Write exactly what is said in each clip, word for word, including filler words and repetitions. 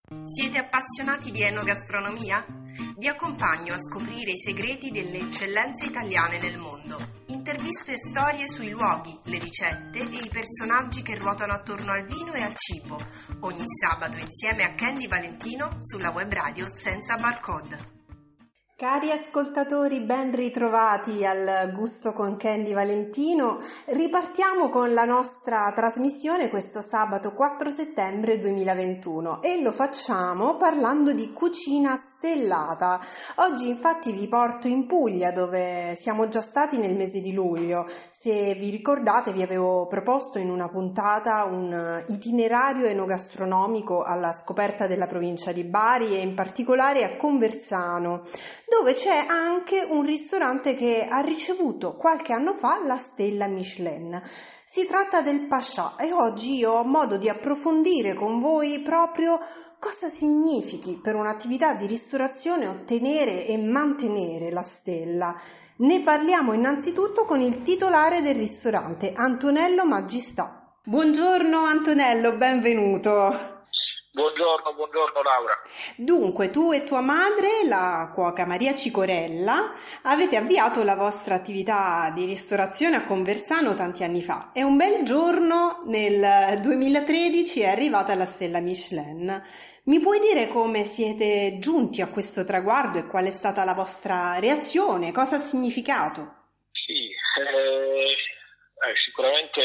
Siete appassionati di enogastronomia? Vi accompagno a scoprire i segreti delle eccellenze italiane nel mondo. Interviste e storie sui luoghi, le ricette e i personaggi che ruotano attorno al vino e al cibo. Ogni sabato insieme a Candy Valentino sulla web radio senza barcode. Cari ascoltatori, ben ritrovati al Gusto con Candy Valentino. Ripartiamo con la nostra trasmissione questo sabato quattro settembre duemilaventuno e lo facciamo parlando di cucina stellata. Oggi infatti vi porto in Puglia, dove siamo già stati nel mese di luglio. Se vi ricordate, vi avevo proposto in una puntata un itinerario enogastronomico alla scoperta della provincia di Bari e in particolare a Conversano, dove c'è anche un ristorante che ha ricevuto qualche anno fa la stella Michelin. Si tratta del Pascià e oggi io ho modo di approfondire con voi proprio cosa significhi per un'attività di ristorazione ottenere e mantenere la stella. Ne parliamo innanzitutto con il titolare del ristorante, Antonello Maggistà. Buongiorno Antonello, benvenuto. Buongiorno, buongiorno Laura. Dunque, tu e tua madre, la cuoca Maria Cicorella, avete avviato la vostra attività di ristorazione a Conversano tanti anni fa e un bel giorno nel duemilatredici è arrivata la stella Michelin. Mi puoi dire come siete giunti a questo traguardo e qual è stata la vostra reazione? Cosa ha significato? Sì, eh, eh, sicuramente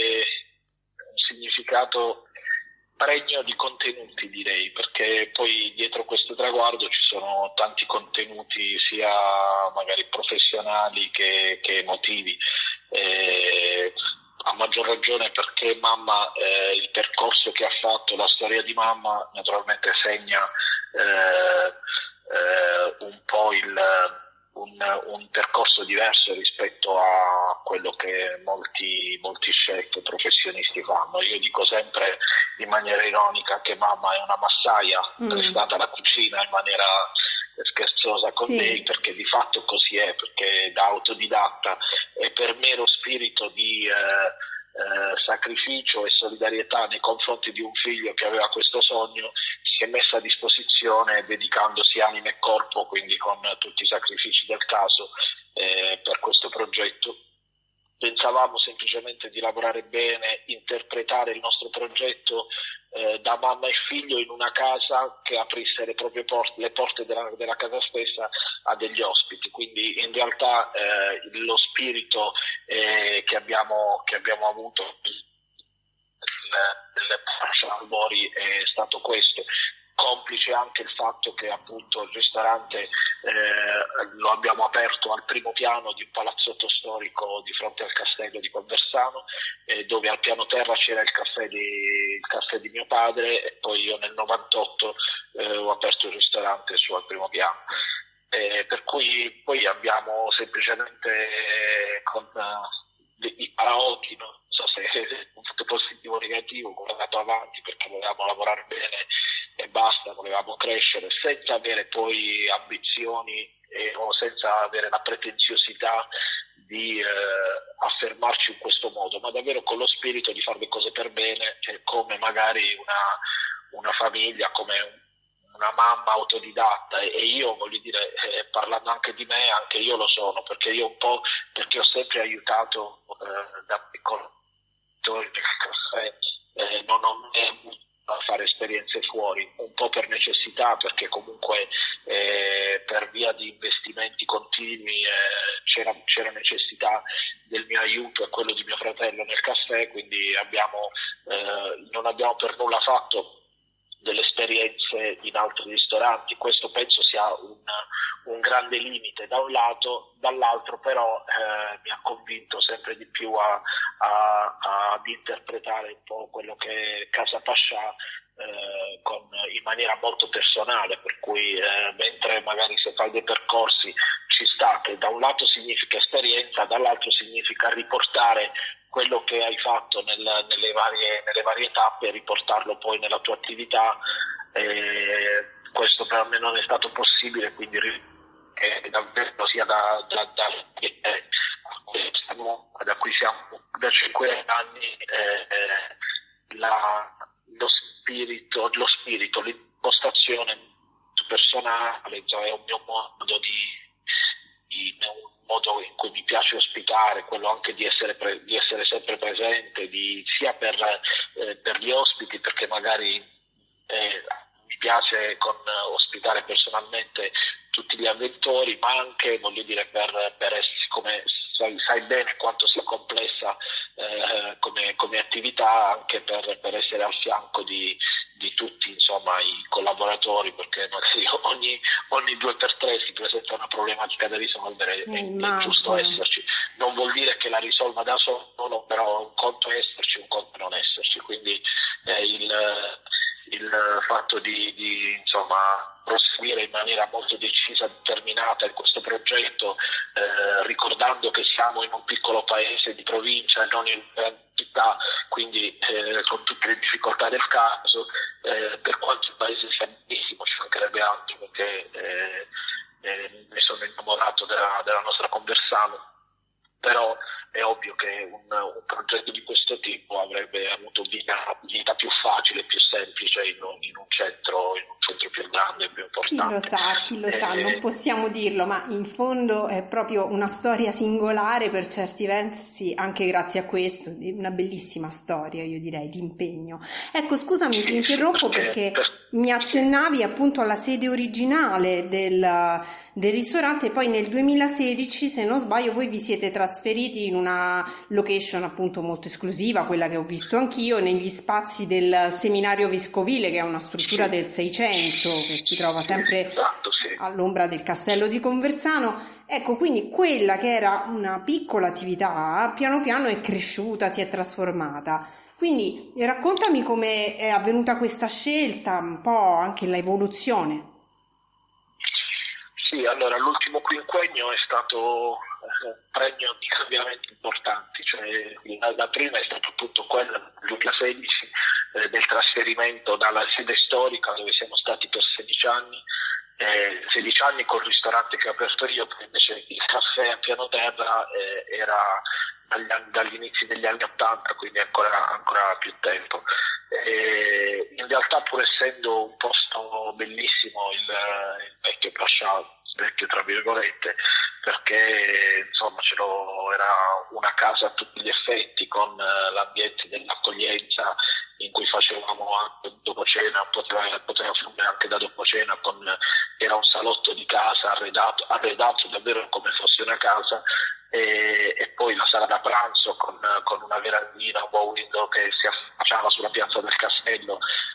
un significato pregno di contenuti, direi, perché poi dietro questo traguardo ci sono tanti contenuti sia magari professionali che, che emotivi, eh, a maggior ragione perché mamma, eh, il percorso che ha fatto, la storia di mamma naturalmente segna eh, eh, un po' il Un, un percorso diverso rispetto a quello che molti, molti chef professionisti fanno. Io dico sempre in maniera ironica che mamma è una massaia, mm. è stata la cucina in maniera scherzosa con sì. lei, perché di fatto così è, perché da autodidatta e per mero spirito di eh, eh, sacrificio e solidarietà nei confronti di un figlio che aveva questo sogno, si è messa a disposizione dedicandosi anima e corpo, quindi con tutti i sacrifici del caso, eh, per questo progetto. Pensavamo semplicemente di lavorare bene, interpretare il nostro progetto eh, da mamma e figlio in una casa che aprisse le proprie porte, le porte della, della casa stessa a degli ospiti. Quindi in realtà eh, lo spirito eh, che abbiamo, che abbiamo avuto delle albori è stato questo, complice anche il fatto che appunto il ristorante eh, lo abbiamo aperto al primo piano di un palazzotto storico di fronte al castello di Conversano, eh, dove al piano terra c'era il caffè di, il caffè di mio padre, e poi io nel novantotto eh, ho aperto il ristorante su al primo piano. Eh, per cui poi abbiamo semplicemente eh, con uh, i paraocchi, non so se è un fatto positivo o negativo, guardato avanti perché volevamo lavorare bene e basta, volevamo crescere senza avere poi ambizioni eh, o senza avere la pretenziosità di eh, affermarci in questo modo, ma davvero con lo spirito di fare le cose per bene, eh, come magari una, una famiglia, come un, una mamma autodidatta, e, e io voglio dire, eh, parlando anche di me, anche io lo sono, perché io un po', perché ho sempre aiutato eh, da piccolo eh, non ho mai avuto a fare esperienze fuori, un po' per necessità, perché comunque eh, per via di investimenti continui eh, c'era, c'era necessità del mio aiuto e quello di mio fratello nel caffè, quindi abbiamo, eh, non abbiamo per nulla fatto delle esperienze in altri ristoranti. Questo penso sia un, un grande limite da un lato, dall'altro però eh, mi ha convinto sempre di più a, a, a, ad interpretare un po' quello che è Casa Pascià eh, con, in maniera molto personale, per cui eh, mentre magari se fai dei percorsi ci sta che da un lato significa esperienza, dall'altro significa riportare quello che hai fatto nel, nelle, varie, nelle varie tappe e riportarlo poi nella tua attività. Eh, questo per me non è stato possibile, quindi eh, davvero sia da, da, da, eh, da cui siamo da cinque anni eh, la, lo spirito, lo spirito, personale, insomma, è un mio modo di, di un modo in cui mi piace ospitare, quello anche di essere, pre, di essere sempre presente, di, sia per, eh, per gli ospiti, perché magari eh, mi piace con, ospitare personalmente tutti gli avventori, ma anche, voglio dire, per, per essere, come sai, sai bene quanto sia complessa eh, come, come attività, anche per, per essere al fianco di, di tutti, insomma, i collaboratori, perché magari ogni, ogni due per tre si presenta una problematica da risolvere, eh, è, è giusto esserci. Non vuol dire che la risolva da solo, però un conto è esserci, un conto è non esserci, quindi eh, il, il fatto di, di insomma proseguire in maniera molto decisa, determinata in questo progetto, eh, ricordando che siamo in un piccolo paese di provincia e non in una città, quindi eh, con tutte le difficoltà del caso, eh, per quanto il paese sia bellissimo, ci mancherebbe altro, perché eh, eh, ne sono innamorato della, della nostra Conversano, però è ovvio che un, un progetto di questo tipo avrebbe avuto vita, vita più facile, più semplice in un, in un centro, in un centro più grande e più importante. Chi lo sa, chi lo eh, sa, non possiamo dirlo, ma in fondo è proprio una storia singolare per certi versi, anche grazie a questo, una bellissima storia, io direi, di impegno. Ecco, scusami, sì, ti interrompo sì, perché per, mi accennavi appunto alla sede originale del, del ristorante, poi nel duemilasedici, se non sbaglio, voi vi siete trasferiti in una location appunto molto esclusiva, quella che ho visto anch'io, negli spazi del Seminario Vescovile, che è una struttura sì, del Seicento, che si trova sempre esatto, sì. all'ombra del castello di Conversano. Ecco, quindi quella che era una piccola attività, piano piano è cresciuta, si è trasformata. Quindi raccontami come è avvenuta questa scelta, un po' anche l'evoluzione. Sì, allora l'ultimo quinquennio è stato eh, pregno di cambiamenti importanti, cioè la, la prima è stata appunto quella del duemilasedici, eh, del trasferimento dalla sede storica dove siamo stati per sedici anni, eh, sedici anni col ristorante che ho aperto io, poi invece il caffè a piano terra eh, era dagli, anni, dagli inizi degli anni ottanta, quindi ancora, ancora più tempo. E in realtà, pur essendo un posto bellissimo, il, il vecchio Pascià, vecchio tra virgolette, perché insomma ce lo, era una casa a tutti gli effetti, con uh, l'ambiente dell'accoglienza in cui facevamo anche dopo cena, poteva, poteva fare anche da dopo cena, con, era un salotto di casa arredato, arredato davvero come fosse una casa, e, e poi la sala da pranzo con, con una verandina, un bow window che si affacciava sulla piazza del Castello,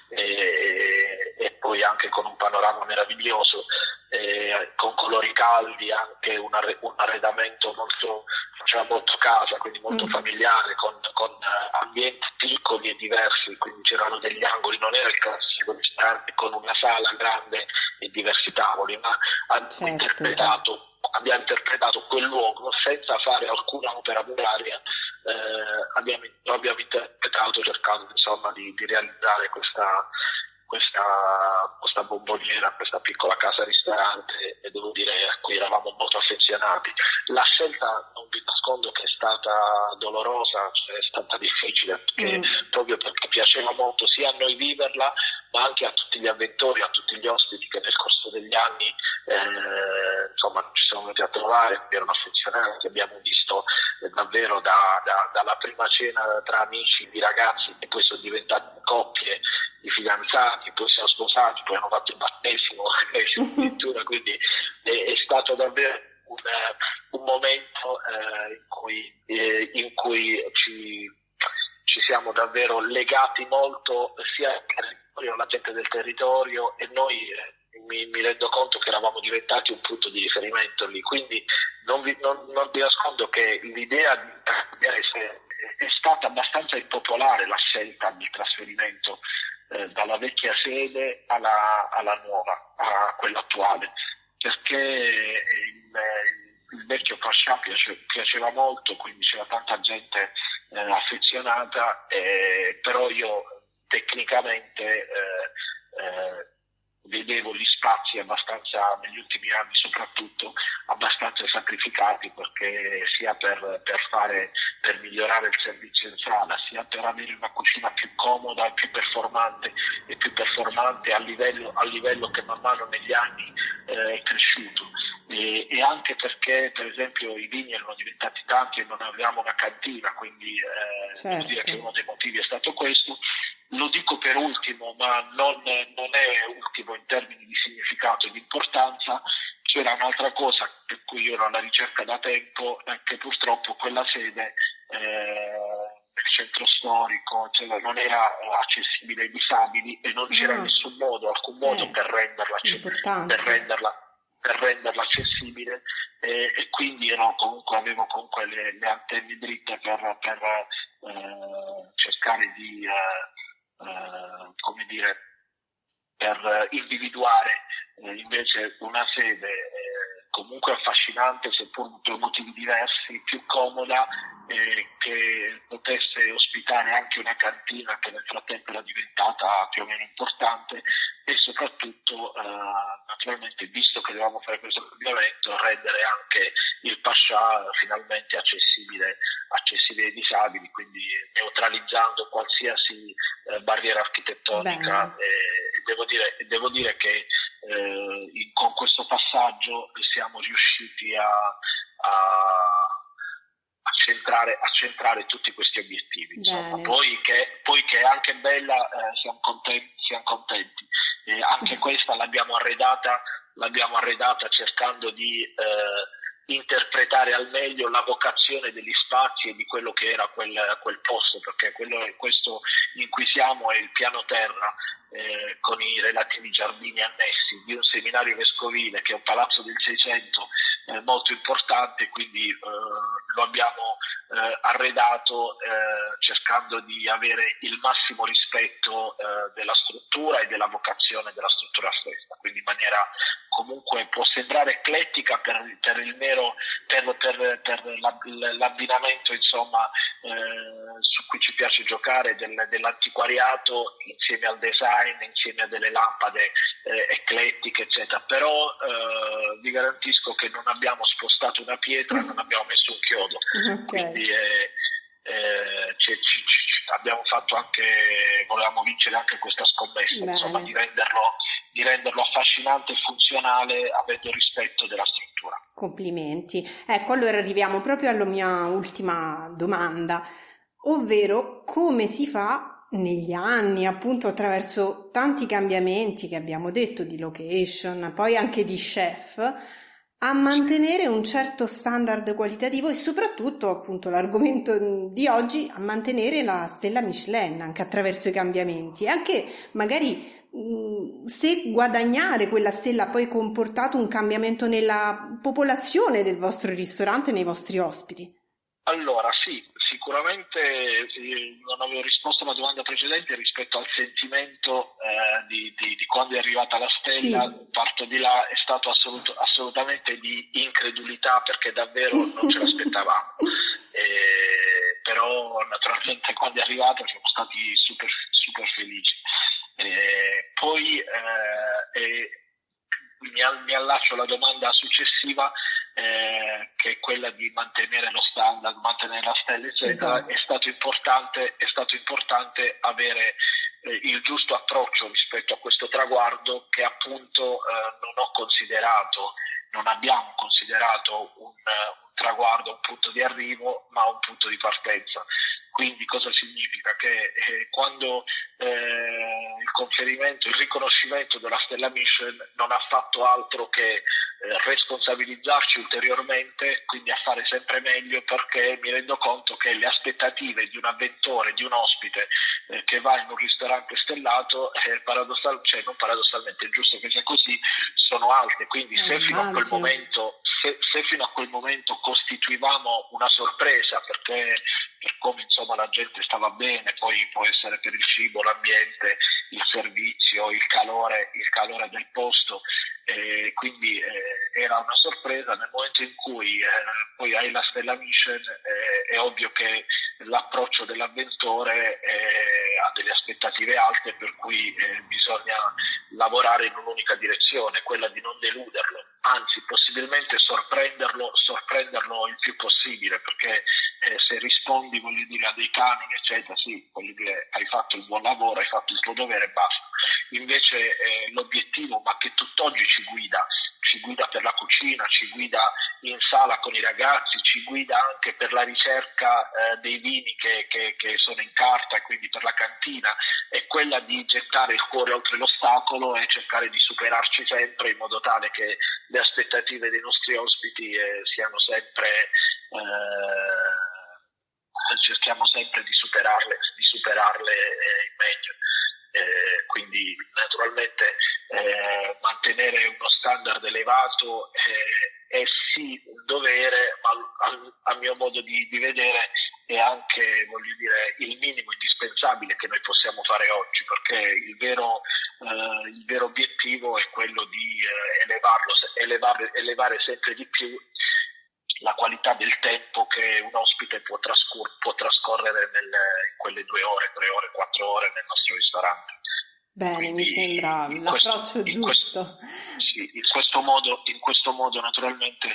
e, e poi anche con un panorama meraviglioso, eh, con colori caldi, anche un, arre, un arredamento molto, faceva molto casa, quindi molto mm. familiare, con, con ambienti piccoli e diversi, quindi c'erano degli angoli, non era il classico ristorante con una sala grande e diversi tavoli, ma abbiamo certo, interpretato sì. abbiamo interpretato quel luogo senza fare alcuna opera muraria, eh, abbiamo, abbiamo interpretato cercando insomma di, di realizzare questa Questa, questa bomboniera, questa piccola casa ristorante, e devo dire a cui eravamo molto affezionati. La scelta, non vi nascondo che è stata dolorosa, cioè è stata difficile, perché, mm. proprio perché piaceva molto sia a noi viverla, ma anche a tutti gli avventori, a tutti gli ospiti che nel corso degli anni eh, insomma ci siamo venuti a trovare, erano affezionati, abbiamo visto eh, davvero da, da, dalla prima cena tra amici di ragazzi che poi sono diventati coppie di fidanzati, poi siamo sposati, poi hanno fatto il battesimo addirittura, quindi è, è stato davvero un, un momento eh, in cui, eh, in cui ci, ci siamo davvero legati molto sia al territorio, alla gente del territorio, e noi eh, mi, mi rendo conto che eravamo diventati un punto di riferimento lì, quindi non vi, non, non vi nascondo che l'idea di cambiare è stata abbastanza impopolare, la scelta del trasferimento eh, dalla vecchia sede alla, alla nuova, a quella attuale, perché il, il vecchio Pascià piace, piaceva molto, quindi c'era tanta gente eh, affezionata, eh, però io tecnicamente eh, eh, vedevo gli spazi abbastanza, negli ultimi anni soprattutto, abbastanza sacrificati, perché sia per, per fare per migliorare il servizio in sala, sia per avere una cucina più comoda, più performante e più performante a livello, a livello che man mano negli anni eh, è cresciuto. E, e anche perché per esempio i vini erano diventati tanti e non avevamo una cantina, quindi eh, certo. devo dire che uno dei motivi è stato questo. Lo dico per ultimo, ma non, non è ultimo in termini di significato e di importanza. C'era un'altra cosa per cui io ero alla ricerca da tempo, è che purtroppo quella sede eh, nel centro storico, cioè, non era accessibile ai disabili e non c'era Ah. nessun modo, alcun modo Eh, per renderla, importante. per renderla per renderla accessibile e, e quindi ero comunque, avevo comunque le, le antenne dritte per, per eh, cercare di eh, eh, come dire per individuare eh, invece una sede eh, comunque affascinante, seppur per motivi diversi, più comoda, eh, che potesse ospitare anche una cantina che nel frattempo era diventata più o meno importante e soprattutto eh, naturalmente, visto che dovevamo fare questo cambiamento, rendere anche il Pascià finalmente accessibile, accessibile ai disabili, quindi neutralizzando qualsiasi eh, barriera architettonica. E devo dire, devo dire che eh, in, con questo passaggio siamo riusciti a, a A centrare, a centrare tutti questi obiettivi. Insomma. Poi, che, poi che è anche bella, eh, siamo contenti. Siamo contenti. Eh, anche questa l'abbiamo arredata, l'abbiamo arredata cercando di eh, interpretare al meglio la vocazione degli spazi e di quello che era quel, quel posto, perché quello, questo in cui siamo è il piano terra, eh, con i relativi giardini annessi di un seminario vescovile che è un palazzo del Seicento eh, molto importante, quindi eh, lo abbiamo eh, arredato eh, cercando di avere il massimo rispetto eh, della struttura e della vocazione della struttura stessa, quindi in maniera comunque può sembrare eclettica per, per il mero per, per, per l'abbinamento insomma eh, su cui ci piace giocare del, dell'antiquariato insieme al design, insieme a delle lampade eh, eclettiche eccetera, però eh, vi garantisco che non abbiamo spostato una pietra, non abbiamo messo un chiodo, okay. Quindi eh, eh, ci, ci, ci, abbiamo fatto anche, volevamo vincere anche questa scommessa, Bene. insomma di renderlo, di renderlo affascinante e funzionale avendo rispetto della struttura. Complimenti. Ecco, allora arriviamo proprio alla mia ultima domanda, ovvero come si fa negli anni, appunto attraverso tanti cambiamenti che abbiamo detto di location, poi anche di chef, a mantenere un certo standard qualitativo e soprattutto, appunto, l'argomento di oggi, a mantenere la stella Michelin anche attraverso i cambiamenti e anche magari mh, se guadagnare quella stella ha poi comportato un cambiamento nella popolazione del vostro ristorante, nei vostri ospiti. Allora, sì, sicuramente sì, non avevo risposto alla domanda precedente rispetto al sentimento eh, di, di, di quando è arrivata la stella, sì. Parto di là, è stato assolut- assolutamente di incredulità perché davvero non ce l'aspettavamo, e, però naturalmente quando è arrivata siamo stati super, super felici. E, poi eh, e, mi, mi allaccio alla domanda successiva, Eh, che è quella di mantenere lo standard, mantenere la stella eccetera. Esatto. È stato importante, è stato importante avere eh, il giusto approccio rispetto a questo traguardo che appunto eh, non ho considerato, non abbiamo considerato un, un traguardo, un punto di arrivo, ma un punto di partenza. Quindi cosa significa? Che eh, quando eh, il conferimento, il riconoscimento della stella Michelin non ha fatto altro che eh, responsabilizzarci ulteriormente, quindi a fare sempre meglio, perché mi rendo conto che le aspettative di un avventore, di un ospite eh, che va in un ristorante stellato, eh, paradossal- cioè non paradossalmente, è giusto che sia così, sono alte. Quindi se fino a quel momento Se, se fino a quel momento costituivamo una sorpresa perché per come insomma la gente stava bene, poi può essere per il cibo, l'ambiente, il servizio, il calore, il calore del posto, eh, quindi eh, era una sorpresa. Nel momento in cui eh, poi hai la stella Michelin eh, è ovvio che l'approccio dell'avventore eh, ha delle aspettative alte, per cui eh, bisogna lavorare in un'unica direzione, quella di non deluderlo, anzi possibilmente sorprenderlo, sorprenderlo il più possibile, perché eh, se rispondi, voglio dire, a dei canoni, eccetera, sì, voglio dire, hai fatto il buon lavoro, hai fatto il tuo dovere e basta. Invece eh, l'obiettivo, ma che tutt'oggi ci guida, ci guida per la cucina, ci guida in sala con i ragazzi, ci guida anche per la ricerca eh, dei vini che, che, che sono in carta e quindi per la cantina, è quella di gettare il cuore oltre l'ostacolo e cercare di superarci sempre in modo tale che le aspettative dei nostri ospiti eh, siano sempre, eh, cerchiamo sempre di superarle, di superarle eh, in meglio. Eh, quindi naturalmente eh, mantenere uno standard elevato eh, è sì un dovere, ma a, a mio modo di, di vedere è anche, voglio dire, il minimo indispensabile che noi possiamo fare oggi, perché il vero, eh, il vero obiettivo è quello di eh, elevarlo, elevare, elevare sempre di più la qualità del tempo che un ospite può, trascur- può trascorrere nel, in quelle due ore, tre ore, quattro ore nel nostro ristorante. Bene, Quindi, mi sembra l'approccio questo, giusto. In questo, sì, in questo modo, in questo modo naturalmente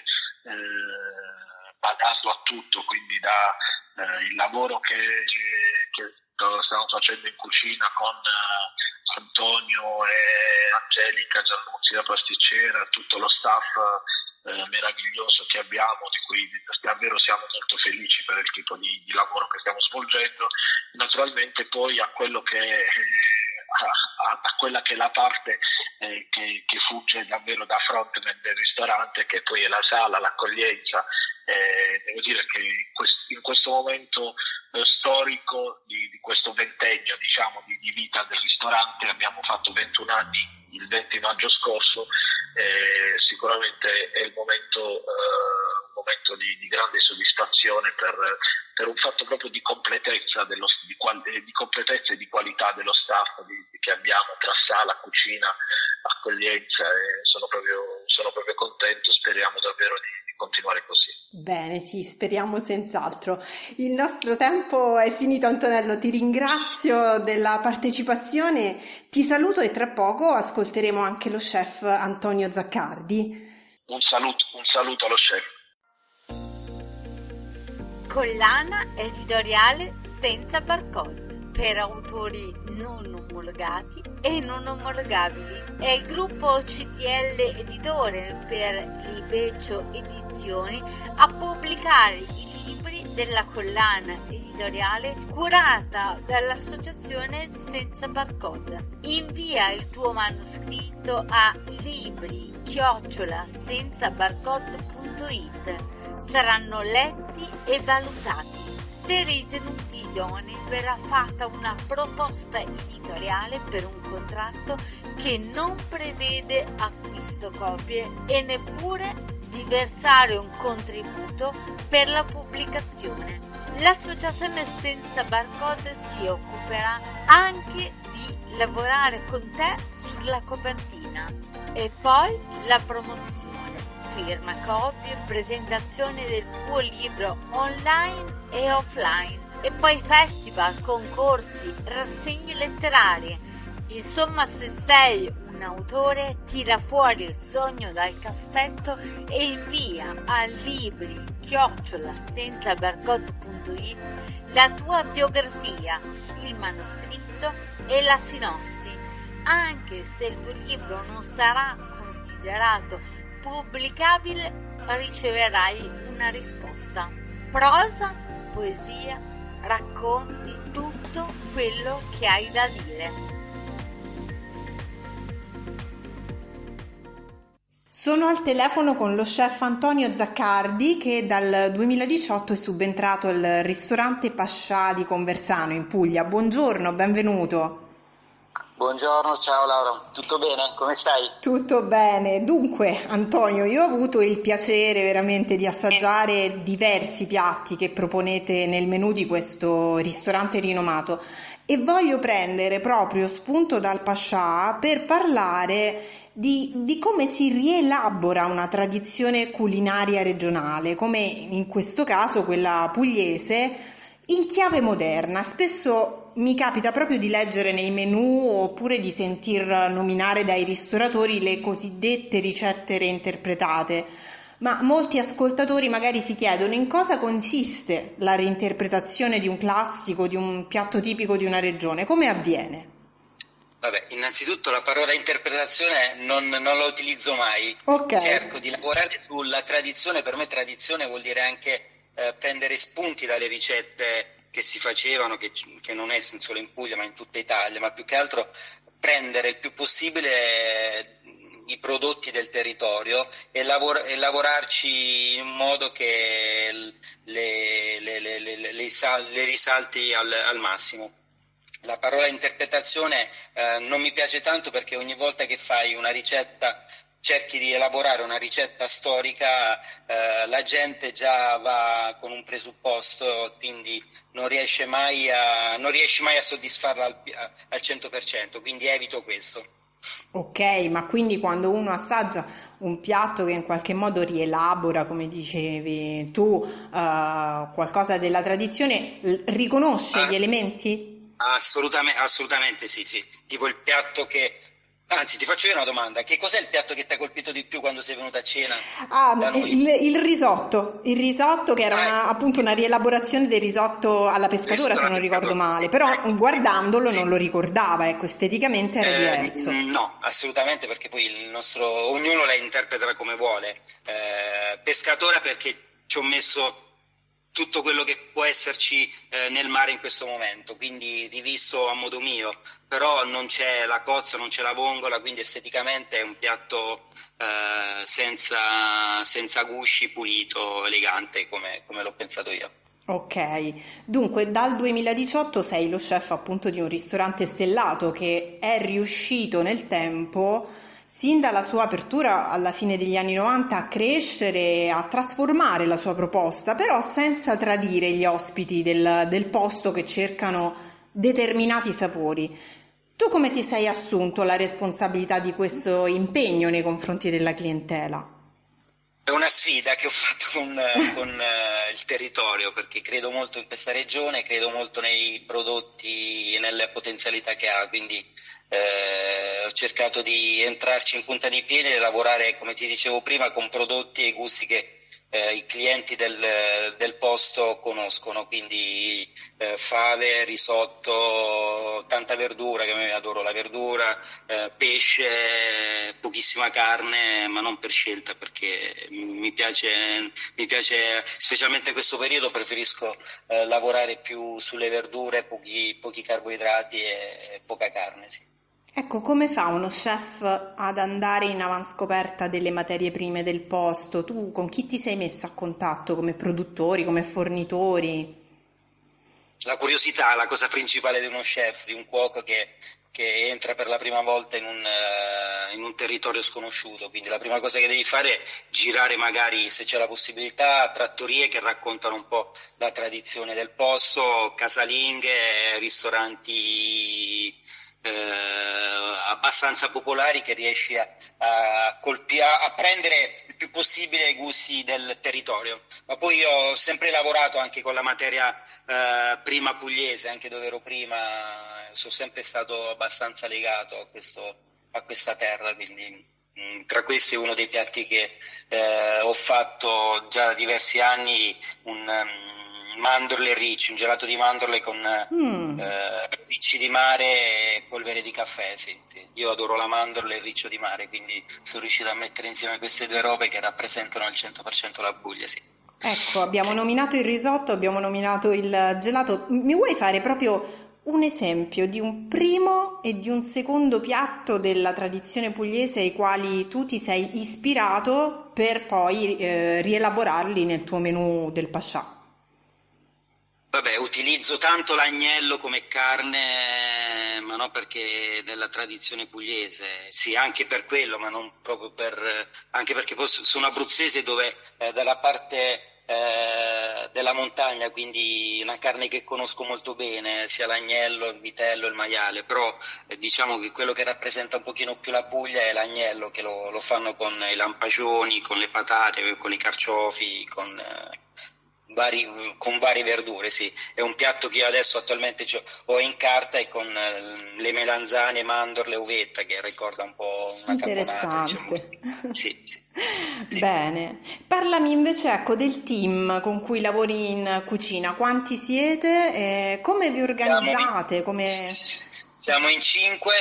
eh, badando a tutto, quindi da eh, il lavoro che, che stiamo facendo in cucina con eh, Antonio e Angelica Giannuzzi, la pasticcera, tutto lo staff Eh, meraviglioso che abbiamo, di cui davvero siamo molto felici per il tipo di, di lavoro che stiamo svolgendo, naturalmente poi a quello che eh, a, a, a quella che è la parte eh, che, che fugge davvero da frontman del ristorante, che poi è la sala, l'accoglienza. Eh, devo dire che in, quest, in questo momento eh, storico di, di questo ventennio, diciamo, di, di vita del ristorante, abbiamo fatto ventuno anni il venti maggio scorso, eh, sicuramente è il momento, eh, un momento di, di grande soddisfazione per, per un fatto proprio di completezza, dello, di, qual, di completezza e di qualità dello staff di, di che abbiamo tra sala, cucina, accoglienza, e sono proprio, sono proprio contento, speriamo davvero di, di continuare così. Bene, sì, speriamo senz'altro. Il nostro tempo è finito, Antonello, ti ringrazio della partecipazione, ti saluto e tra poco ascolteremo anche lo chef Antonio Zaccardi. Un saluto, un saluto allo chef. Collana editoriale senza barcode per autori non omologati e non omologabili. È il gruppo C T L Editore per Libeccio Edizioni a pubblicare i libri della collana editoriale curata dall'associazione Senza Barcode. Invia il tuo manoscritto a libri chiocciola senza barcode punto it. Saranno letti e valutati. Se ritenuti idonei verrà fatta una proposta editoriale per un contratto che non prevede acquisto copie e neppure di versare un contributo per la pubblicazione. L'associazione Senza Barcode si occuperà anche di lavorare con te sulla copertina e poi la promozione, firma copie, presentazione del tuo libro online e offline, e poi festival, concorsi, rassegne letterarie. Insomma, se sei un autore, tira fuori il sogno dal cassetto e invia a libri chiocciola senza barcode punto it la tua biografia, il manoscritto e la sinossi. Anche se il tuo libro non sarà considerato pubblicabile, riceverai una risposta. Prosa, poesia, racconti tutto quello che hai da dire. Sono al telefono con lo chef Antonio Zaccardi, che dal duemiladiciotto è subentrato al ristorante Pascià di Conversano in Puglia. Buongiorno, benvenuto. Buongiorno, ciao Laura, tutto bene? Come stai? Tutto bene. Dunque, Antonio, io ho avuto il piacere veramente di assaggiare diversi piatti che proponete nel menù di questo ristorante rinomato e voglio prendere proprio spunto dal Pascià per parlare di, di come si rielabora una tradizione culinaria regionale, come in questo caso quella pugliese, in chiave moderna. Spesso mi capita proprio di leggere nei menù oppure di sentir nominare dai ristoratori le cosiddette ricette reinterpretate, Ma molti ascoltatori magari si chiedono in cosa consiste la reinterpretazione di un classico, di un piatto tipico di una regione, come avviene? Vabbè, innanzitutto la parola interpretazione non, non la utilizzo mai. Okay. Cerco di lavorare sulla tradizione. Per me tradizione vuol dire anche eh, prendere spunti dalle ricette che si facevano, che, che non è solo in Puglia ma in tutta Italia, ma più che altro prendere il più possibile i prodotti del territorio e, lavor- e lavorarci in modo che le, le, le, le, le, le risalti al, al massimo. La parola interpretazione eh, non mi piace tanto, perché ogni volta che fai una ricetta, cerchi di elaborare una ricetta storica, eh, la gente già va con un presupposto, quindi non riesce mai a, non riesci mai a soddisfarla al, al cento per cento, quindi evito questo. Ok, ma quindi quando uno assaggia un piatto che in qualche modo rielabora, come dicevi tu, eh, qualcosa della tradizione, l- riconosce Ah, gli elementi? assolutamente, assolutamente sì, sì. Tipo il piatto che... Anzi, ti faccio io una domanda. Che cos'è il piatto che ti ha colpito di più quando sei venuta a cena Ah, da noi? il, il risotto, il risotto che era Ah, una- appunto una rielaborazione del risotto alla pescatura, se risotto alla non ricordo pescatora, male, sì. però Ecco, guardandolo sì. non lo ricordava, ecco, esteticamente era Eh, diverso. no, assolutamente, perché poi il nostro, ognuno la interpreta come vuole. Eh, pescatora perché ci ho messo tutto quello che può esserci eh, nel mare in questo momento, quindi rivisto a modo mio, però non c'è la cozza, non c'è la vongola, quindi esteticamente è un piatto eh, senza, senza gusci, pulito, elegante, come, come l'ho pensato io. Ok, dunque dal duemiladiciotto sei lo chef appunto di un ristorante stellato che è riuscito nel tempo, sin dalla sua apertura alla fine degli anni novanta, a crescere, a trasformare la sua proposta, però senza tradire gli ospiti del, del posto che cercano determinati sapori. Tu come ti sei assunto la responsabilità di questo impegno nei confronti della clientela? È una sfida che ho fatto con, con uh, il territorio, perché credo molto in questa regione, credo molto nei prodotti e nelle potenzialità che ha, quindi eh, ho cercato di entrarci in punta di piedi e lavorare, come ti dicevo prima, con prodotti e gusti che eh, i clienti del, del posto conoscono, quindi eh, fave, risotto, tanta verdura, che io adoro la verdura, eh, pesce, pochissima carne, ma non per scelta, perché mi piace, mi piace specialmente in questo periodo, preferisco eh, lavorare più sulle verdure, pochi, pochi carboidrati e poca carne, sì. Ecco, come fa uno chef ad andare in avanscoperta delle materie prime del posto? Tu con chi ti sei messo a contatto come produttori, come fornitori? La curiosità è la cosa principale di uno chef, di un cuoco che, che entra per la prima volta in un, uh, in un territorio sconosciuto, quindi la prima cosa che devi fare è girare, magari, se c'è la possibilità, trattorie che raccontano un po' la tradizione del posto, casalinghe, ristoranti eh, abbastanza popolari che riesci a, a, colpi- a prendere il più possibile i gusti del territorio. Ma poi io ho sempre lavorato anche con la materia eh, prima pugliese, anche dove ero prima, sono sempre stato abbastanza legato a, questo, a questa terra, quindi mh, tra questi è uno dei piatti che eh, ho fatto già da diversi anni, un um, mandorle e ricci, un gelato di mandorle con Mm. eh, ricci di mare e polvere di caffè, sì, sì. Io adoro la mandorla e il riccio di mare, quindi sono riuscito a mettere insieme queste due robe che rappresentano al cento per cento la Puglia, sì. Ecco, abbiamo Sì. nominato il risotto, abbiamo nominato il gelato. Mi vuoi fare proprio un esempio di un primo e di un secondo piatto della tradizione pugliese ai quali tu ti sei ispirato per poi eh, rielaborarli nel tuo menù del pascià? Vabbè, utilizzo tanto l'agnello come carne, ma non perché nella tradizione pugliese, sì, anche per quello, ma non proprio per, anche perché poi sono abruzzese, dove eh, dalla parte eh, della montagna, quindi una carne che conosco molto bene, sia l'agnello, il vitello, il maiale, però eh, diciamo che quello che rappresenta un pochino più la Puglia è l'agnello, che lo, lo fanno con i lampagioni, con le patate, con i carciofi, con... Eh, Vari, con varie verdure, sì. È un piatto che io adesso attualmente ho in carta, e con eh, le melanzane, mandorle, uvetta, che ricorda un po' una caponata, diciamo. Interessante. Sì, sì. Sì. Bene, parlami invece ecco del team con cui lavori in cucina, quanti siete e come vi organizzate? Siamo, Come... siamo in cinque,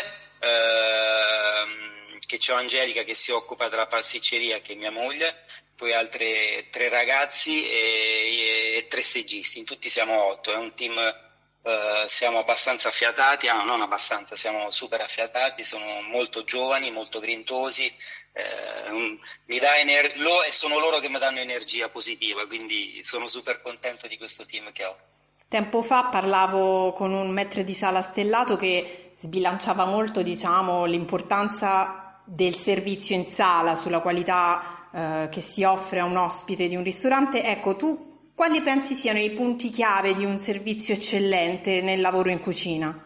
ehm, che c'è Angelica che si occupa della pasticceria, che è mia moglie, poi altre tre ragazzi e, e tre stagisti, in tutti siamo otto, è un team, eh, siamo abbastanza affiatati, ah, non abbastanza, siamo super affiatati, sono molto giovani, molto grintosi, eh, un, mi dà ener- lo, e sono loro che mi danno energia positiva, quindi sono super contento di questo team che ho. Tempo fa parlavo con un maître di sala stellato che sbilanciava molto, diciamo, l'importanza del servizio in sala sulla qualità eh, che si offre a un ospite di un ristorante. Ecco, tu quali pensi siano i punti chiave di un servizio eccellente nel lavoro in cucina?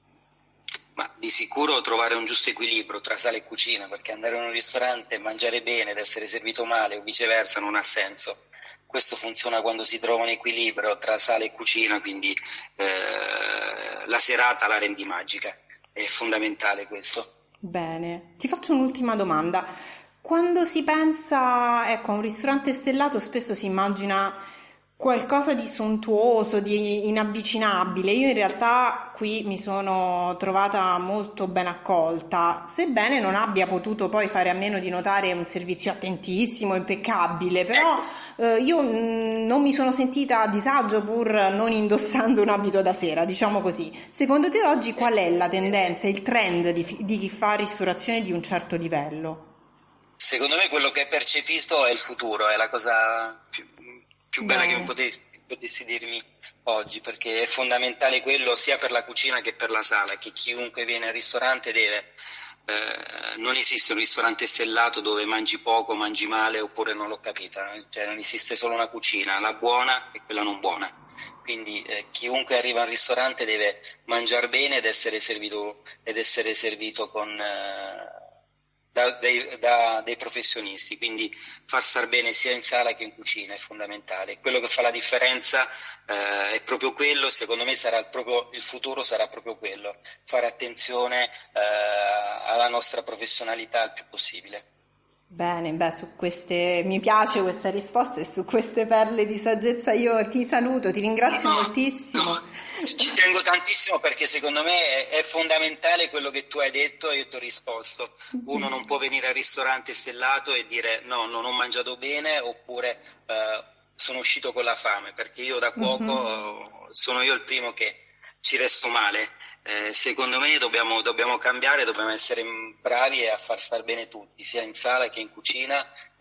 Ma di sicuro trovare un giusto equilibrio tra sala e cucina, perché andare in un ristorante e mangiare bene ed essere servito male o viceversa non ha senso. Questo funziona quando si trova un equilibrio tra sala e cucina, quindi eh, la serata la rendi magica, è fondamentale questo. Bene, ti faccio un'ultima domanda. Quando si pensa, ecco, a un ristorante stellato, spesso si immagina qualcosa di sontuoso, di inavvicinabile. Io in realtà qui mi sono trovata molto ben accolta, sebbene non abbia potuto poi fare a meno di notare un servizio attentissimo, impeccabile, però eh, io mh, non mi sono sentita a disagio pur non indossando un abito da sera, diciamo così. Secondo te oggi qual è la tendenza, il trend di, di chi fa ristorazione di un certo livello? Secondo me quello che è percepito è il futuro, è la cosa più, più bella Bene. che potessi, potessi dirmi oggi, perché è fondamentale quello sia per la cucina che per la sala, che chiunque viene al ristorante deve, eh, non esiste un ristorante stellato dove mangi poco, mangi male oppure non l'ho capita, cioè non esiste solo una cucina, la buona e quella non buona, quindi eh, chiunque arriva al ristorante deve mangiare bene ed essere servito, ed essere servito con... Eh, Da dei, da dei professionisti, quindi far star bene sia in sala che in cucina è fondamentale. Quello che fa la differenza eh, è proprio quello, secondo me sarà il, proprio, il futuro sarà proprio quello, fare attenzione eh, alla nostra professionalità il più possibile. Bene, beh, su queste mi piace questa risposta e su queste perle di saggezza io ti saluto, ti ringrazio No, moltissimo. no, ci tengo tantissimo perché secondo me è, è fondamentale quello che tu hai detto e io ti ho risposto. Uno non può venire al ristorante stellato e dire no, non ho mangiato bene oppure eh, sono uscito con la fame, perché io da cuoco uh-huh. sono io il primo che ci resto male. Eh, secondo me dobbiamo, dobbiamo cambiare, dobbiamo essere bravi a far star bene tutti, sia in sala che in cucina,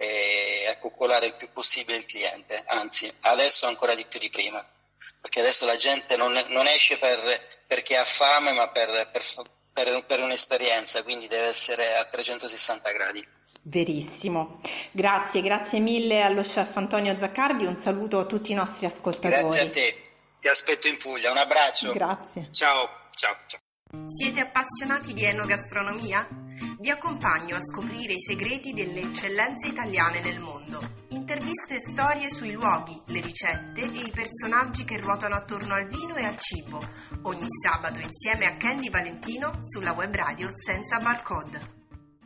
e a coccolare il più possibile il cliente, anzi adesso ancora di più di prima, perché adesso la gente non, non esce per, perché ha fame ma per, per, per, per un'esperienza, quindi deve essere a trecentosessanta gradi. Verissimo, grazie, grazie mille allo chef Antonio Zaccardi, un saluto a tutti i nostri ascoltatori. Grazie a te, ti aspetto in Puglia, un abbraccio. Grazie. Ciao. Ciao, ciao. Siete appassionati di enogastronomia? Vi accompagno a scoprire i segreti delle eccellenze italiane nel mondo. Interviste e storie sui luoghi, le ricette e i personaggi che ruotano attorno al vino e al cibo. Ogni sabato insieme a Candy Valentino sulla web radio Senza Barcode.